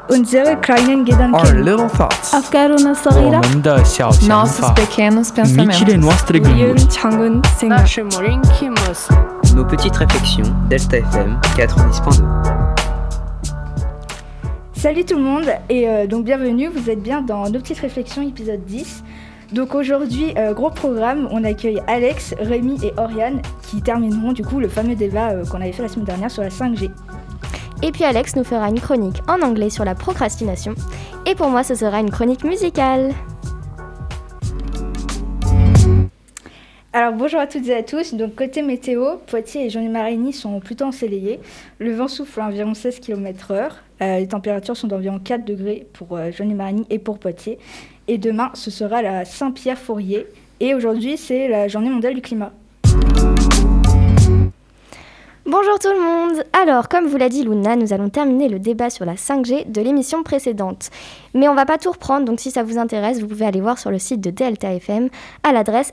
unsere kleinen Our Gedanken. little thoughts. أفكارنا الصغيرة. 我们的小想 Nossos 法 pequenos Michele pensamentos. nostre gânduri. 우리의 작은 생각. Nos petites réflexions, Delta FM 90.2. Salut tout le monde et donc bienvenue, vous êtes bien dans Nos Petites Réflexions épisode 10. Donc aujourd'hui, gros programme, on accueille Alex, Rémi et Oriane qui termineront du coup le fameux débat qu'on avait fait la semaine dernière sur la 5G. Et puis Alex nous fera une chronique en anglais sur la procrastination. Et pour moi, ce sera une chronique musicale. Alors bonjour à toutes et à tous, donc côté météo, Poitiers et Jean-Marigny sont plutôt ensoleillés. Le vent souffle à environ 16 km/h, les températures sont d'environ 4 degrés pour Jean-Marigny et pour Poitiers. Et demain, ce sera la Saint-Pierre-Fourier. Et aujourd'hui, c'est la journée mondiale du climat. Bonjour tout le monde. Alors, comme vous l'a dit Luna, nous allons terminer le débat sur la 5G de l'émission précédente. Mais on va pas tout reprendre, donc si ça vous intéresse, vous pouvez aller voir sur le site de Delta FM à l'adresse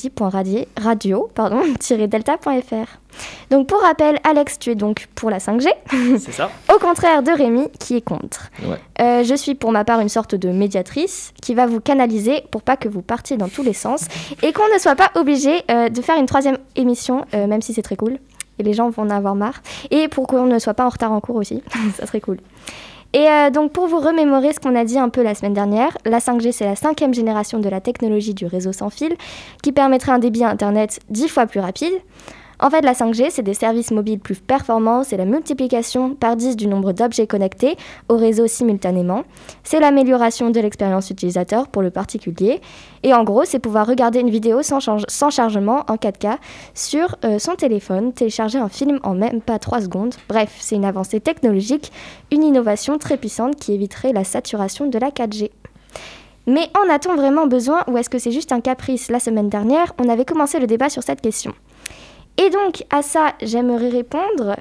lp2i.radio-delta.fr. Donc pour rappel, Alex, tu es donc pour la 5G. C'est ça. Au contraire de Rémi, qui est contre. Ouais. Je suis pour ma part une sorte de médiatrice qui va vous canaliser pour pas que vous partiez dans tous les sens et qu'on ne soit pas obligé de faire une troisième émission, même si c'est très cool. Et les gens vont en avoir marre. Et pour qu'on ne soit pas en retard en cours aussi. Ça serait cool. Et donc pour vous remémorer ce qu'on a dit un peu la semaine dernière, la 5G c'est la 5e génération de la technologie du réseau sans fil qui permettrait un débit internet 10 fois plus rapide. En fait, la 5G, c'est des services mobiles plus performants, c'est la multiplication par 10 du nombre d'objets connectés au réseau simultanément. C'est l'amélioration de l'expérience utilisateur pour le particulier. Et en gros, c'est pouvoir regarder une vidéo sans chargement en 4K sur son téléphone, télécharger un film en même pas 3 secondes. Bref, c'est une avancée technologique, une innovation très puissante qui éviterait la saturation de la 4G. Mais en a-t-on vraiment besoin ou est-ce que c'est juste un caprice ? La semaine dernière, on avait commencé le débat sur cette question. Et donc, à ça, j'aimerais répondre.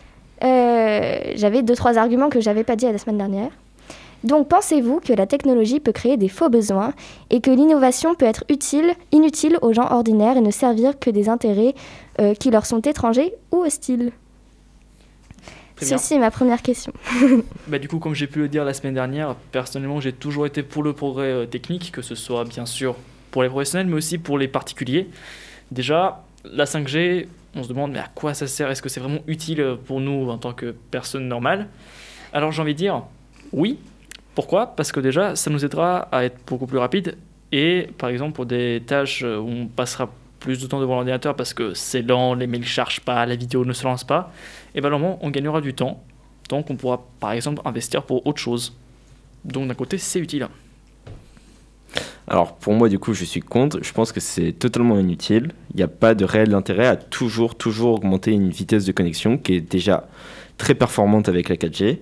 J'avais 2-3 arguments que je n'avais pas dit la semaine dernière. Donc, pensez-vous que la technologie peut créer des faux besoins et que l'innovation peut être inutile aux gens ordinaires et ne servir que des intérêts qui leur sont étrangers ou hostiles ? Ceci est ma première question. Du coup, comme j'ai pu le dire la semaine dernière, personnellement, j'ai toujours été pour le progrès technique, que ce soit bien sûr pour les professionnels, mais aussi pour les particuliers. Déjà, la 5G, on se demande mais à quoi ça sert ? Est-ce que c'est vraiment utile pour nous en tant que personnes normales ? Alors j'ai envie de dire oui. Pourquoi ? Parce que déjà, ça nous aidera à être beaucoup plus rapide et par exemple pour des tâches où on passera plus de temps devant l'ordinateur parce que c'est lent, les mails ne chargent pas, la vidéo ne se lance pas, et normalement on gagnera du temps. Donc on pourra par exemple investir pour autre chose. Donc d'un côté, c'est utile. Alors pour moi du coup je suis contre, je pense que c'est totalement inutile, il n'y a pas de réel intérêt à toujours augmenter une vitesse de connexion qui est déjà très performante avec la 4G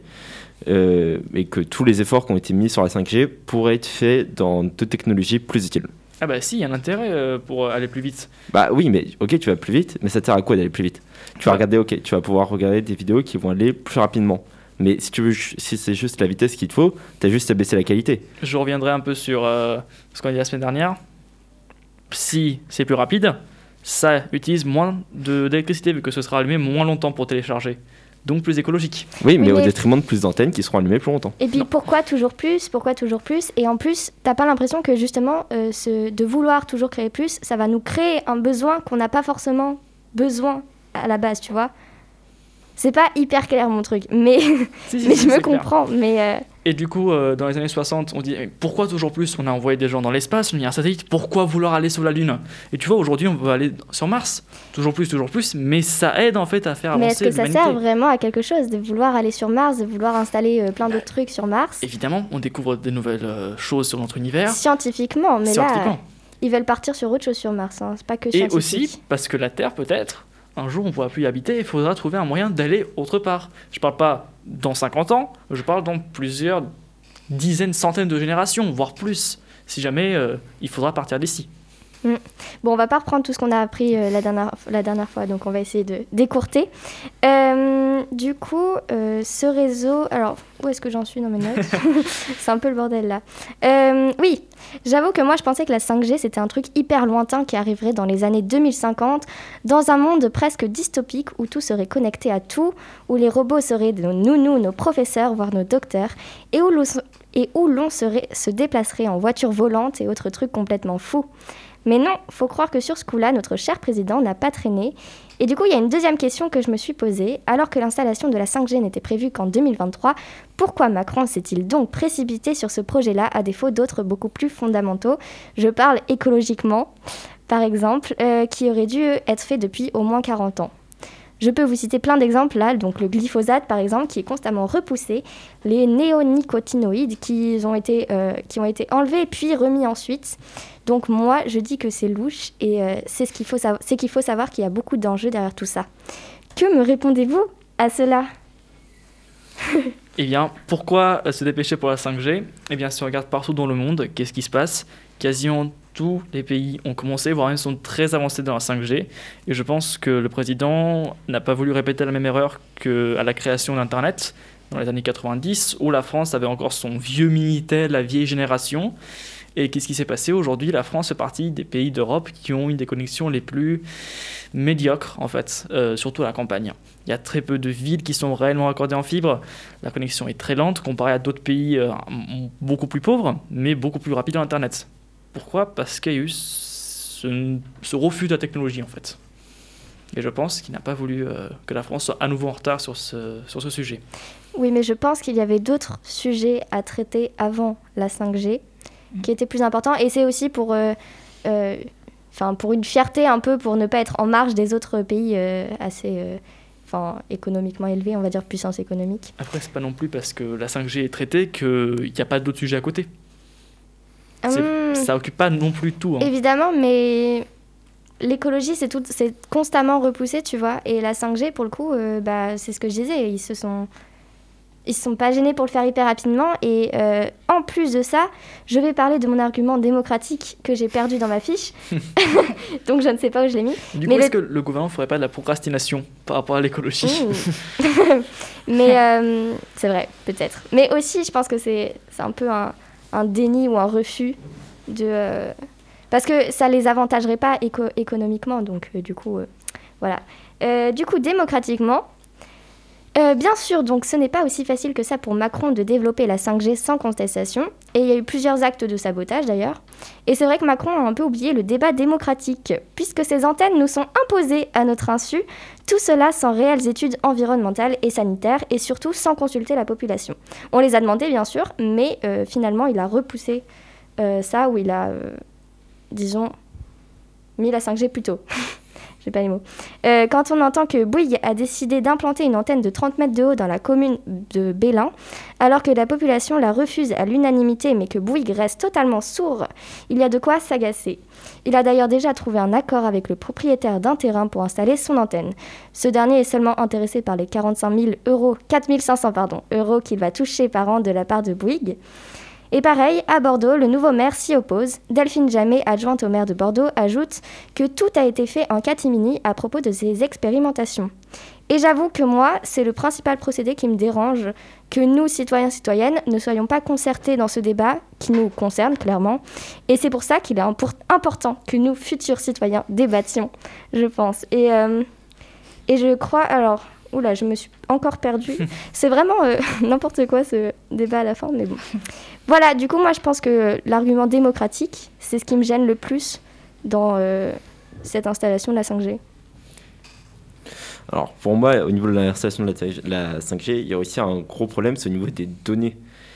et que tous les efforts qui ont été mis sur la 5G pourraient être faits dans d'autres technologies plus utiles. Ah bah si, il y a un intérêt pour aller plus vite. Bah oui mais ok tu vas plus vite, mais ça te sert à quoi d'aller plus vite ? Tu vas pouvoir regarder des vidéos qui vont aller plus rapidement. Mais si c'est juste la vitesse qu'il te faut, t'as juste à baisser la qualité. Je reviendrai un peu sur ce qu'on a dit la semaine dernière. Si c'est plus rapide, ça utilise moins d'électricité vu que ce sera allumé moins longtemps pour télécharger. Donc plus écologique. Oui, mais au détriment de plus d'antennes qui seront allumées plus longtemps. Et puis pourquoi toujours plus ? Et en plus, t'as pas l'impression que justement, de vouloir toujours créer plus, ça va nous créer un besoin qu'on n'a pas forcément besoin à la base, tu vois ? C'est pas hyper clair mon truc, mais je me comprends. Et du coup, dans les années 60, on dit pourquoi toujours plus ? On a envoyé des gens dans l'espace, on y a un satellite, pourquoi vouloir aller sur la Lune ? Et tu vois, aujourd'hui, on veut aller sur Mars. Toujours plus, mais ça aide en fait à faire avancer l'humanité. Mais est-ce que ça sert vraiment à quelque chose de vouloir aller sur Mars, de vouloir installer plein d'autres trucs sur Mars ? Évidemment, on découvre des nouvelles choses sur notre univers. Scientifiquement, mais là, ils veulent partir sur autre chose sur Mars, hein. C'est pas que scientifique. Et aussi, parce que la Terre peut-être... Un jour, on ne pourra plus y habiter, il faudra trouver un moyen d'aller autre part. Je ne parle pas dans 50 ans, je parle dans plusieurs dizaines, centaines de générations, voire plus, si jamais il faudra partir d'ici. Bon, on ne va pas reprendre tout ce qu'on a appris la dernière fois, donc on va essayer de décourter. Du coup, ce réseau... Alors, où est-ce que j'en suis dans mes notes? C'est un peu le bordel là. Oui, j'avoue que moi je pensais que la 5G c'était un truc hyper lointain qui arriverait dans les années 2050, dans un monde presque dystopique où tout serait connecté à tout, où les robots seraient nos nounous, nos professeurs, voire nos docteurs, et où l'on se déplacerait en voiture volante et autres trucs complètement fous. Mais non, faut croire que sur ce coup-là, notre cher président n'a pas traîné. Et du coup, il y a une deuxième question que je me suis posée. Alors que l'installation de la 5G n'était prévue qu'en 2023, pourquoi Macron s'est-il donc précipité sur ce projet-là à défaut d'autres beaucoup plus fondamentaux? Je parle écologiquement, par exemple, qui aurait dû être fait depuis au moins 40 ans. Je peux vous citer plein d'exemples là, donc le glyphosate par exemple qui est constamment repoussé, les néonicotinoïdes qui ont été enlevés puis remis ensuite. Donc moi je dis que c'est louche et c'est qu'il faut savoir qu'il y a beaucoup d'enjeux derrière tout ça. Que me répondez-vous à cela? Eh bien, pourquoi se dépêcher pour la 5G? Eh bien, si on regarde partout dans le monde, qu'est-ce qui se passe? Quasiment tous les pays ont commencé, voire même sont très avancés dans la 5G. Et je pense que le président n'a pas voulu répéter la même erreur qu'à la création d'Internet, dans les années 90, où la France avait encore son vieux Minitel, la vieille génération. Et qu'est-ce qui s'est passé? Aujourd'hui, la France fait partie des pays d'Europe qui ont une des connexions les plus médiocres, en fait, surtout à la campagne. Il y a très peu de villes qui sont réellement raccordées en fibre. La connexion est très lente comparée à d'autres pays beaucoup plus pauvres, mais beaucoup plus rapides en Internet. Pourquoi? Parce qu'il y a eu ce refus de la technologie, en fait. Et je pense qu'il n'a pas voulu que la France soit à nouveau en retard sur ce sujet. Oui, mais je pense qu'il y avait d'autres sujets à traiter avant la 5G qui étaient plus importants. Et c'est aussi pour une fierté un peu, pour ne pas être en marge des autres pays assez économiquement élevés, on va dire puissance économique. Après, c'est pas non plus parce que la 5G est traitée qu'il n'y a pas d'autres sujets à côté. Ça occupe pas non plus tout. Hein. Évidemment, mais l'écologie, c'est constamment repoussé, tu vois. Et la 5G, pour le coup, c'est ce que je disais, ils se sont pas gênés pour le faire hyper rapidement. Et en plus de ça, je vais parler de mon argument démocratique que j'ai perdu dans ma fiche. Donc je ne sais pas où je l'ai mis. Du coup, est-ce que le gouvernement ne ferait pas de la procrastination par rapport à l'écologie? Mais c'est vrai, peut-être. Mais aussi, je pense que c'est un peu un déni ou un refus parce que ça les avantagerait pas économiquement, donc du coup voilà. Du coup, démocratiquement, bien sûr, donc ce n'est pas aussi facile que ça pour Macron de développer la 5G sans contestation, et il y a eu plusieurs actes de sabotage d'ailleurs. Et c'est vrai que Macron a un peu oublié le débat démocratique, puisque ces antennes nous sont imposées à notre insu, tout cela sans réelles études environnementales et sanitaires, et surtout sans consulter la population. On les a demandées bien sûr, mais finalement il a repoussé ça, où il a, disons, mis la 5G plus tôt. J'ai pas les mots. Quand on entend que Bouygues a décidé d'implanter une antenne de 30 mètres de haut dans la commune de Bélin, alors que la population la refuse à l'unanimité, mais que Bouygues reste totalement sourd, il y a de quoi s'agacer. Il a d'ailleurs déjà trouvé un accord avec le propriétaire d'un terrain pour installer son antenne. Ce dernier est seulement intéressé par les 4 500 euros qu'il va toucher par an de la part de Bouygues. Et pareil, à Bordeaux, le nouveau maire s'y oppose. Delphine Jamet, adjointe au maire de Bordeaux, ajoute que tout a été fait en catimini à propos de ces expérimentations. Et j'avoue que moi, c'est le principal procédé qui me dérange, que nous, citoyens, citoyennes, ne soyons pas concertés dans ce débat qui nous concerne clairement. Et c'est pour ça qu'il est important que nous, futurs citoyens, débattions, je pense. Et je crois... Alors... Oula, je me suis encore perdue. C'est vraiment n'importe quoi ce débat à la fin, mais bon. Voilà, du coup, moi, je pense que l'argument démocratique, c'est ce qui me gêne le plus dans cette installation de la 5G. Alors, pour moi, au niveau de l'installation de la 5G, il y a aussi un gros problème, c'est au niveau des données.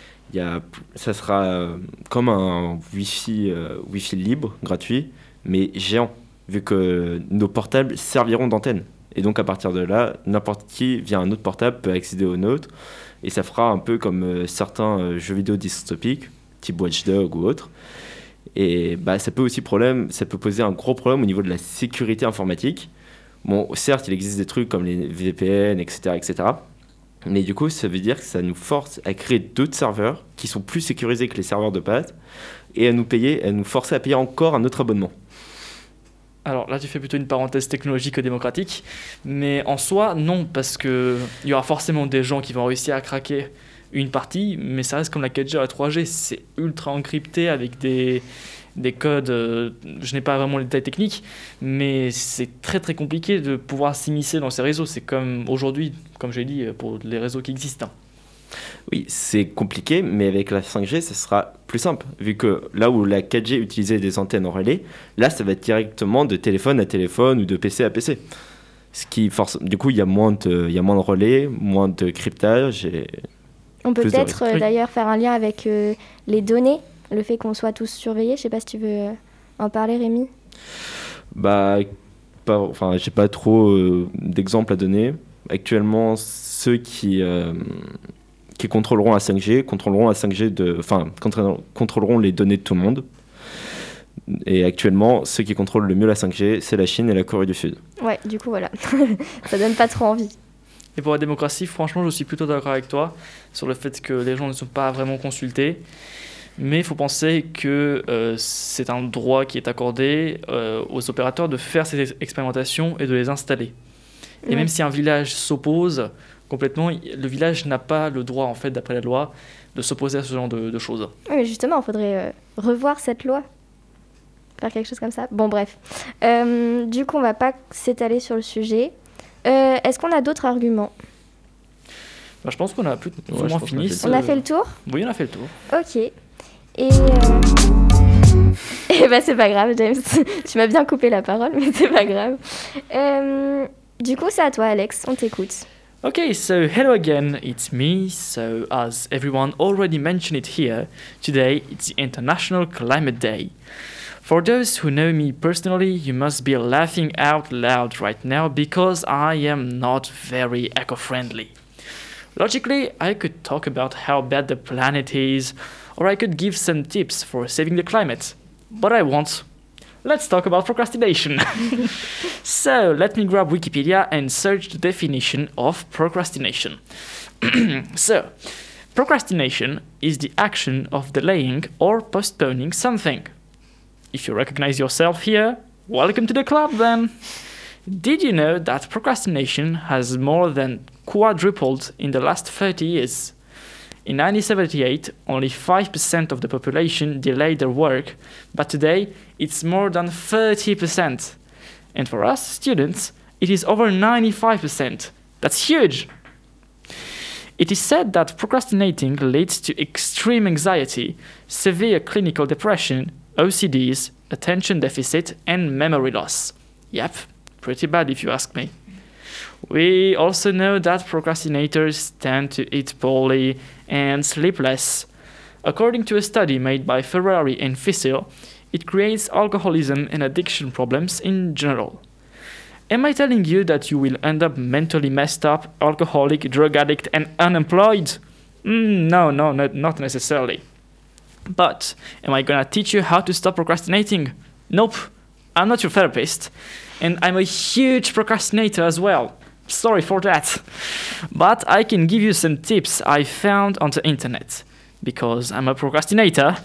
Ça sera comme un Wi-Fi libre, gratuit, mais géant, vu que nos portables serviront d'antenne. Et donc, à partir de là, n'importe qui, via un autre portable, peut accéder au nôtre. Et ça fera un peu comme certains jeux vidéo dystopiques, type Watch Dogs ou autres. Et ça peut poser un gros problème au niveau de la sécurité informatique. Bon, certes, il existe des trucs comme les VPN, etc., etc. Mais du coup, ça veut dire que ça nous force à créer d'autres serveurs qui sont plus sécurisés que les serveurs de base et à nous forcer à payer encore un autre abonnement. Alors là, tu fais plutôt une parenthèse technologique que démocratique, mais en soi, non, parce qu'il y aura forcément des gens qui vont réussir à craquer une partie, mais ça reste comme la 4G ou la 3G, c'est ultra encrypté avec des codes, je n'ai pas vraiment les détails techniques, mais c'est très très compliqué de pouvoir s'immiscer dans ces réseaux. C'est comme aujourd'hui, comme j'ai dit, pour les réseaux qui existent. Oui, c'est compliqué, mais avec la 5G, ça sera plus simple. Vu que là où la 4G utilisait des antennes en relais, là, ça va être directement de téléphone à téléphone ou de PC à PC. Ce qui force... Du coup, il y a moins de relais, moins de cryptage. Et... On peut plus de peut-être risques. d'ailleurs faire un lien avec les données, le fait qu'on soit tous surveillés. Je ne sais pas si tu veux en parler, Rémi. Bah, j'ai pas trop d'exemples à donner. Actuellement, ceux qui contrôleront la 5G contrôleront les données de tout le monde. Et actuellement, ceux qui contrôlent le mieux la 5G, c'est la Chine et la Corée du Sud. Ouais, du coup, voilà. Ça donne pas trop envie. Et pour la démocratie, franchement, je suis plutôt d'accord avec toi sur le fait que les gens ne sont pas vraiment consultés. Mais il faut penser que c'est un droit qui est accordé aux opérateurs de faire ces expérimentations et de les installer. Et même si un village s'oppose complètement, le village n'a pas le droit, en fait, d'après la loi, de s'opposer à ce genre de choses. Oui, mais justement, il faudrait revoir cette loi. Faire quelque chose comme ça. Bon, bref. Du coup, on va pas s'étaler sur le sujet. Est-ce qu'on a d'autres arguments ? Bah, je pense qu'on a plus ou moins fini. On a fait le tour ? Oui, on a fait le tour. Ok. Et bah, c'est pas grave, James. Tu m'as bien coupé la parole, mais c'est pas grave. Du coup, c'est à toi, Alex. On t'écoute. Okay, so hello again, it's me. So, as everyone already mentioned it here, today it's the International Climate Day. For those who know me personally, you must be laughing out loud right now because I am not very eco-friendly. Logically, I could talk about how bad the planet is, or I could give some tips for saving the climate, but I won't. Let's talk about procrastination. So, let me grab Wikipedia and search the definition of procrastination. So, procrastination is the action of delaying or postponing something. If you recognize yourself here, welcome to the club then. Did you know that procrastination has more than quadrupled in the last 30 years? In 1978, only 5% of the population delayed their work, but today it's more than 30%. And for us, students, it is over 95%. That's huge! It is said that procrastinating leads to extreme anxiety, severe clinical depression, OCDs, attention deficit, and memory loss. Yep, pretty bad if you ask me. We also know that procrastinators tend to eat poorly and sleep less. According to a study made by Ferrari and Physio, it creates alcoholism and addiction problems in general. Am I telling you that you will end up mentally messed up, alcoholic, drug addict, and unemployed? No, not necessarily. But am I gonna teach you how to stop procrastinating? Nope, I'm not your therapist, and I'm a huge procrastinator as well. Sorry for that. But I can give you some tips I found on the internet, because I'm a procrastinator.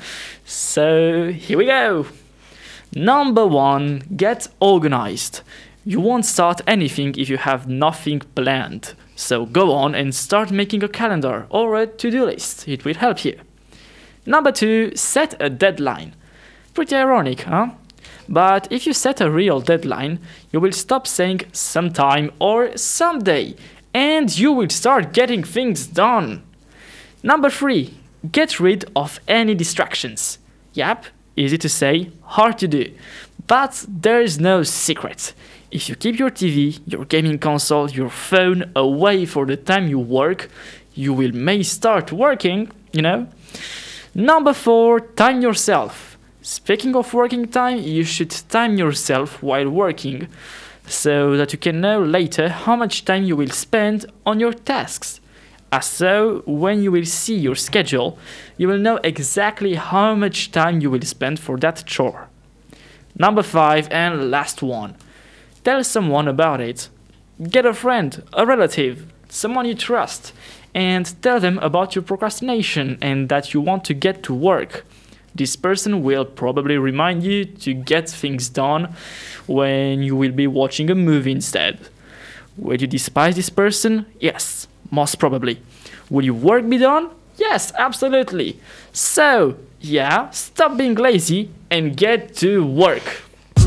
So here we go. Number 1, get organized. You won't start anything if you have nothing planned. So go on and start making a calendar or a to-do list. It will help you. Number 2, set a deadline. Pretty ironic, huh? But if you set a real deadline, you will stop saying sometime or someday, and you will start getting things done. Number 3, get rid of any distractions. Yep, easy to say, hard to do. But there is no secret. If you keep your TV, your gaming console, your phone away for the time you work, you may start working, you know. Number 4, time yourself. Speaking of working time, you should time yourself while working so that you can know later how much time you will spend on your tasks. So, when you will see your schedule, you will know exactly how much time you will spend for that chore. Number 5 and last one. Tell someone about it. Get a friend, a relative, someone you trust, and tell them about your procrastination and that you want to get to work. This person will probably remind you to get things done when you will be watching a movie instead. Will you despise this person? Yes, most probably. Will your work be done? Yes, absolutely. So, yeah, stop being lazy and get to work.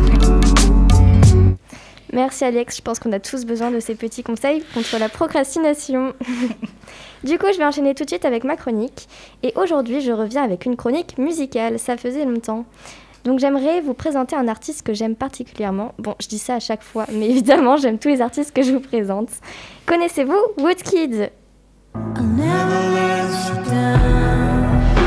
Merci Alex, je pense qu'on a tous besoin de ces petits conseils contre la procrastination. Du coup, je vais enchaîner tout de suite avec ma chronique. Et aujourd'hui, je reviens avec une chronique musicale, ça faisait longtemps. Donc j'aimerais vous présenter un artiste que j'aime particulièrement. Bon, je dis ça à chaque fois, mais évidemment, j'aime tous les artistes que je vous présente. Connaissez-vous Woodkid ? I'll never let you down.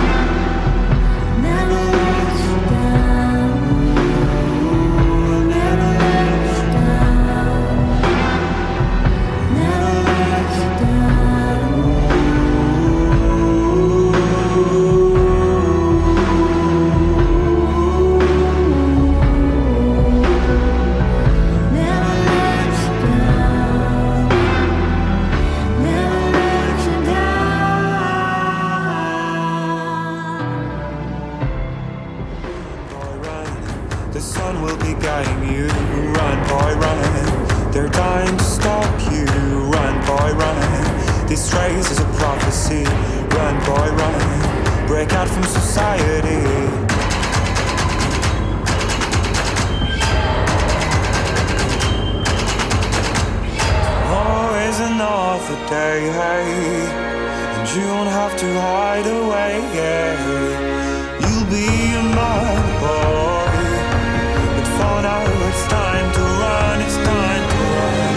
Never let you down. I'll never let you down. Never let you down. Never let you down. Never let you down. The sun will be guiding you. Run, boy, run. They're dying to stop you. Run, boy, run. This race is a prophecy. Run, boy, run. Break out from society. Always another day, hey, and you won't have to hide away, yeah. You'll be a man, boy, but for now it's time to run, it's time to run.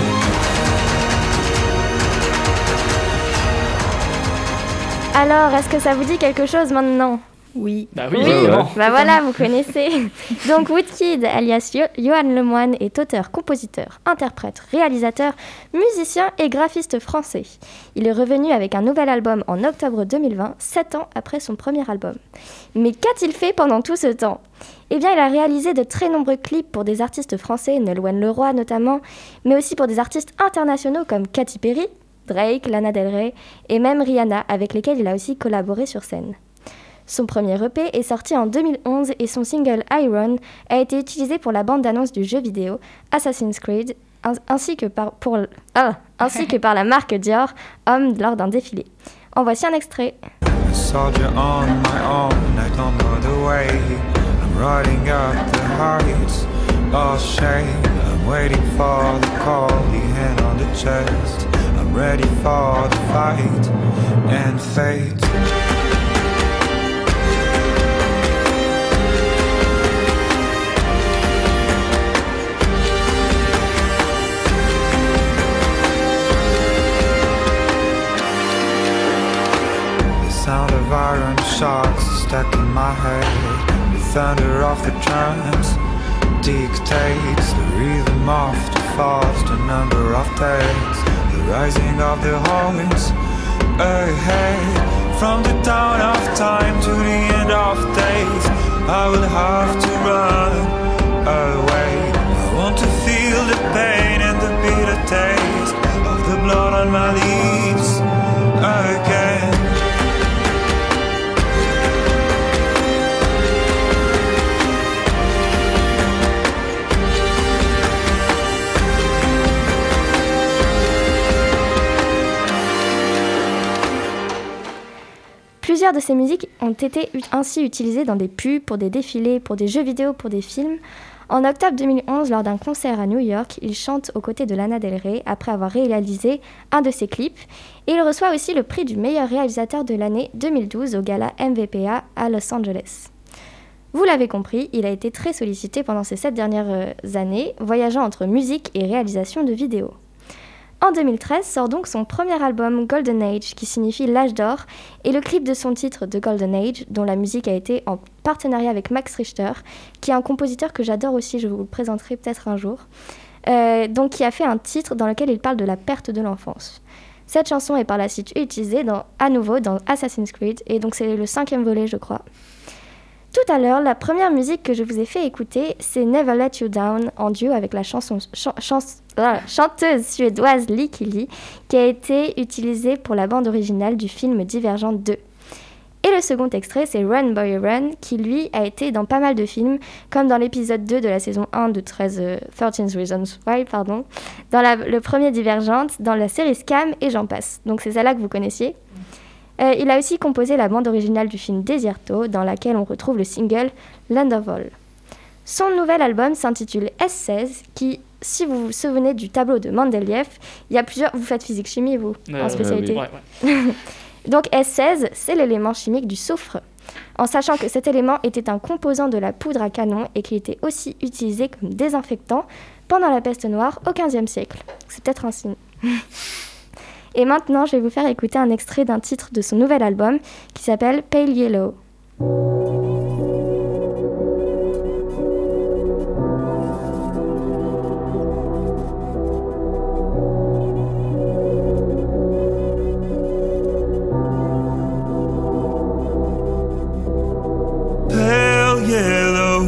Alors, est-ce que ça vous dit quelque chose maintenant ? Oui. Bah oui, Oui, évidemment. bah voilà, vous connaissez. Donc Woodkid, alias Yohan Lemoine, est auteur, compositeur, interprète, réalisateur, musicien et graphiste français. Il est revenu avec un nouvel album en octobre 2020, 7 ans après son premier album. Mais qu'a-t-il fait pendant tout ce temps ? Eh bien, il a réalisé de très nombreux clips pour des artistes français, Nolwenn Leroy notamment, mais aussi pour des artistes internationaux comme Katy Perry, Drake, Lana Del Rey et même Rihanna, avec lesquels il a aussi collaboré sur scène. Son premier EP est sorti en 2011 et son single Iron a été utilisé pour la bande-annonce du jeu vidéo Assassin's Creed ainsi que par la marque Dior Homme lors d'un défilé. En voici un extrait. A soldier on my own, I don't know the way. I'm riding up the heights, lost shame. I'm waiting for the call, the hand on the chest. I'm ready for the fight and fate. Sound of iron shots stuck in my head. The thunder of the drums dictates the rhythm of the fast, the number of days, the rising of the horns ahead. From the dawn of time to the end of days, I will have to run away. I want to feel the pain and the bitter taste of the blood on my lips again. Plusieurs de ces musiques ont été ainsi utilisées dans des pubs, pour des défilés, pour des jeux vidéo, pour des films. En octobre 2011, lors d'un concert à New York, il chante aux côtés de Lana Del Rey après avoir réalisé un de ses clips. Et il reçoit aussi le prix du meilleur réalisateur de l'année 2012 au gala MVPA à Los Angeles. Vous l'avez compris, il a été très sollicité pendant ces 7 dernières années, voyageant entre musique et réalisation de vidéos. En 2013 sort donc son premier album Golden Age, qui signifie l'âge d'or, et le clip de son titre The Golden Age, dont la musique a été en partenariat avec Max Richter, qui est un compositeur que j'adore aussi, je vous le présenterai peut-être un jour, donc qui a fait un titre dans lequel il parle de la perte de l'enfance. Cette chanson est par la suite utilisée à nouveau dans Assassin's Creed, et donc c'est le 5e volet je crois. Tout à l'heure, la première musique que je vous ai fait écouter, c'est Never Let You Down, en duo avec la chanteuse suédoise Lykke Li, qui a été utilisée pour la bande originale du film Divergente 2. Et le second extrait, c'est Run Boy Run, qui lui a été dans pas mal de films, comme dans l'épisode 2 de la saison 1 de 13 Reasons Why, dans le premier Divergente, dans la série Scam et j'en passe. Donc c'est celle-là que vous connaissiez. Il a aussi composé la bande originale du film Desierto, dans laquelle on retrouve le single Land of All. Son nouvel album s'intitule S16, qui, si vous vous souvenez du tableau de Mendeleïev, il y a plusieurs... Vous faites physique-chimie, vous, en spécialité. Oui. Ouais. Donc S16, c'est l'élément chimique du soufre. En sachant que cet élément était un composant de la poudre à canon et qu'il était aussi utilisé comme désinfectant pendant la peste noire au XVe siècle. C'est peut-être un signe. Et maintenant, je vais vous faire écouter un extrait d'un titre de son nouvel album qui s'appelle Pale Yellow. Pale yellow,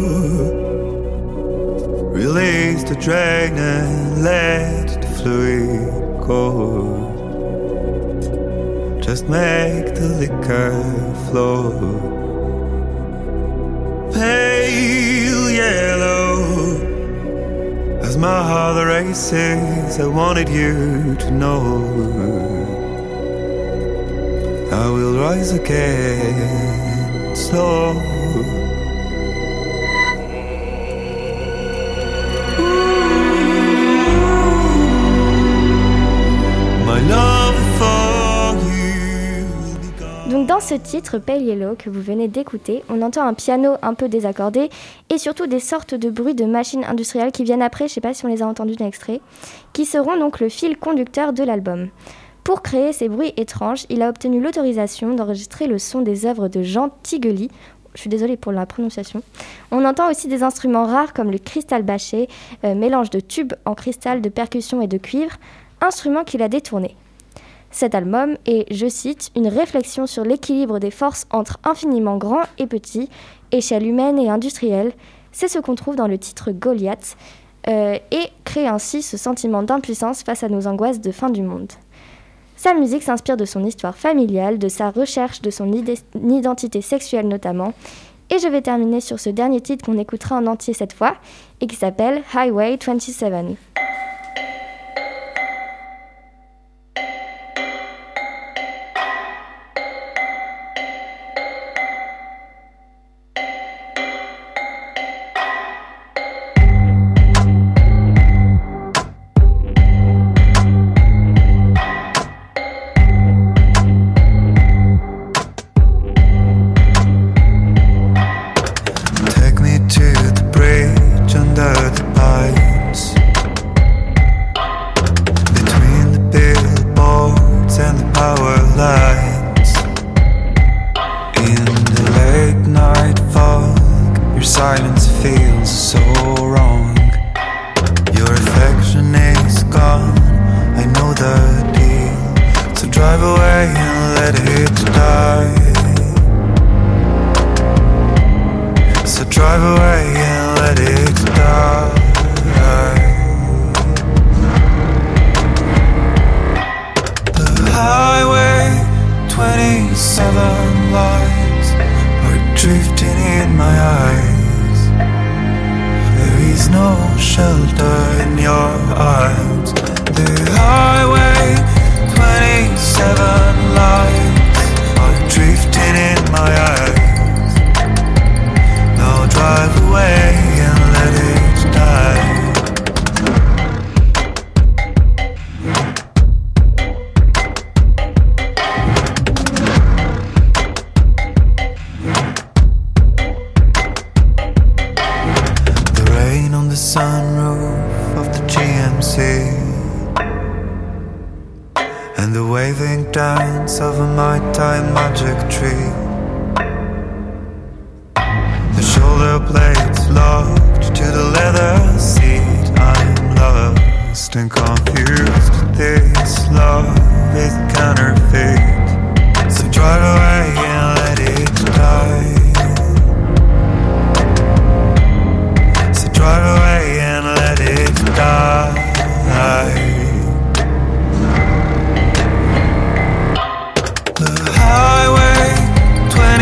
release the drain and let the fluid go. Just make the liquor flow. Pale yellow, as my heart races, I wanted you to know I will rise again, slow. My love for you will be gone. Donc dans ce titre, Pale Yellow, que vous venez d'écouter, on entend un piano un peu désaccordé et surtout des sortes de bruits de machines industrielles qui viennent après, je ne sais pas si on les a entendus dans l'extrait, qui seront donc le fil conducteur de l'album. Pour créer ces bruits étranges, il a obtenu l'autorisation d'enregistrer le son des œuvres de Jean Tigely. Je suis désolée pour la prononciation. On entend aussi des instruments rares comme le cristal bâché, mélange de tubes en cristal, de percussion et de cuivre, instrument qu'il a détourné. Cet album est, je cite, une réflexion sur l'équilibre des forces entre infiniment grand et petit, échelle humaine et industrielle. C'est ce qu'on trouve dans le titre Goliath, et crée ainsi ce sentiment d'impuissance face à nos angoisses de fin du monde. Sa musique s'inspire de son histoire familiale, de sa recherche de son identité sexuelle notamment. Et je vais terminer sur ce dernier titre qu'on écoutera en entier cette fois, et qui s'appelle Highway 27. Take me to the bridge under the pines, between the billboards and the power lines. In the late night fog, your silence feels so wrong. Your affection is gone, I know the deal. So drive away and let it die. So drive away and let it die. The highway 27 lights are drifting in my eyes. There is no shelter in your arms. The highway 27 lights are drifting in my eyes. Now drive away and let it die. The rain on the sunroof of the GMC, and the waving dance of a Mai Tai magic tree. The shoulder blades locked to the leather seat. I'm lost and confused. This love is counterfeit. So drive away and let it die. So drive away and let it die. The highway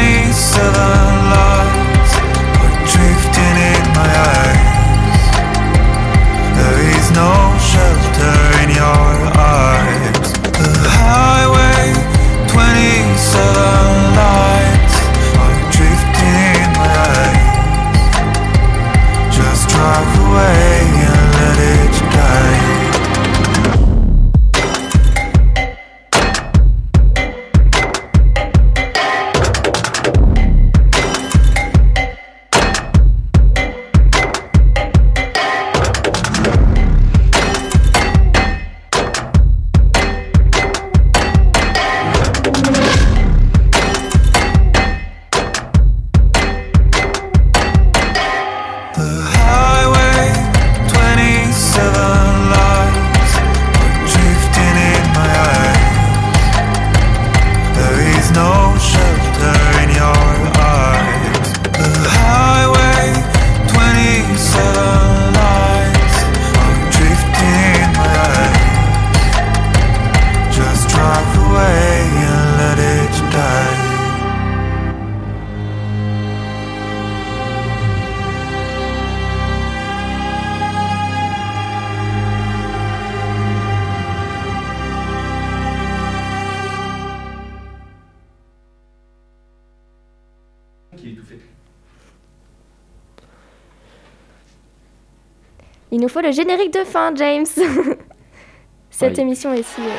Il nous faut le générique de fin, James. Cette Aïe. émission est si...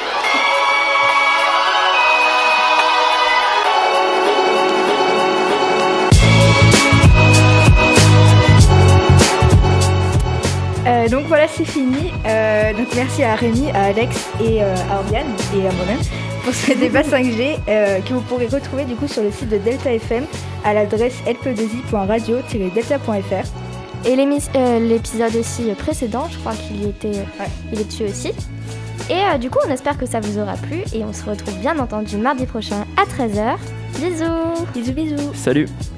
Donc voilà, c'est fini. Donc merci à Rémi, à Alex et à Oriane et à moi-même pour ce débat 5G que vous pourrez retrouver du coup sur le site de Delta FM à l'adresse lp2i.radio-delta.fr. Et l'épisode aussi précédent, je crois qu'il y était, il est dessus aussi. Et du coup, on espère que ça vous aura plu et on se retrouve bien entendu mardi prochain à 13h. Bisous. Bisous bisous. Salut.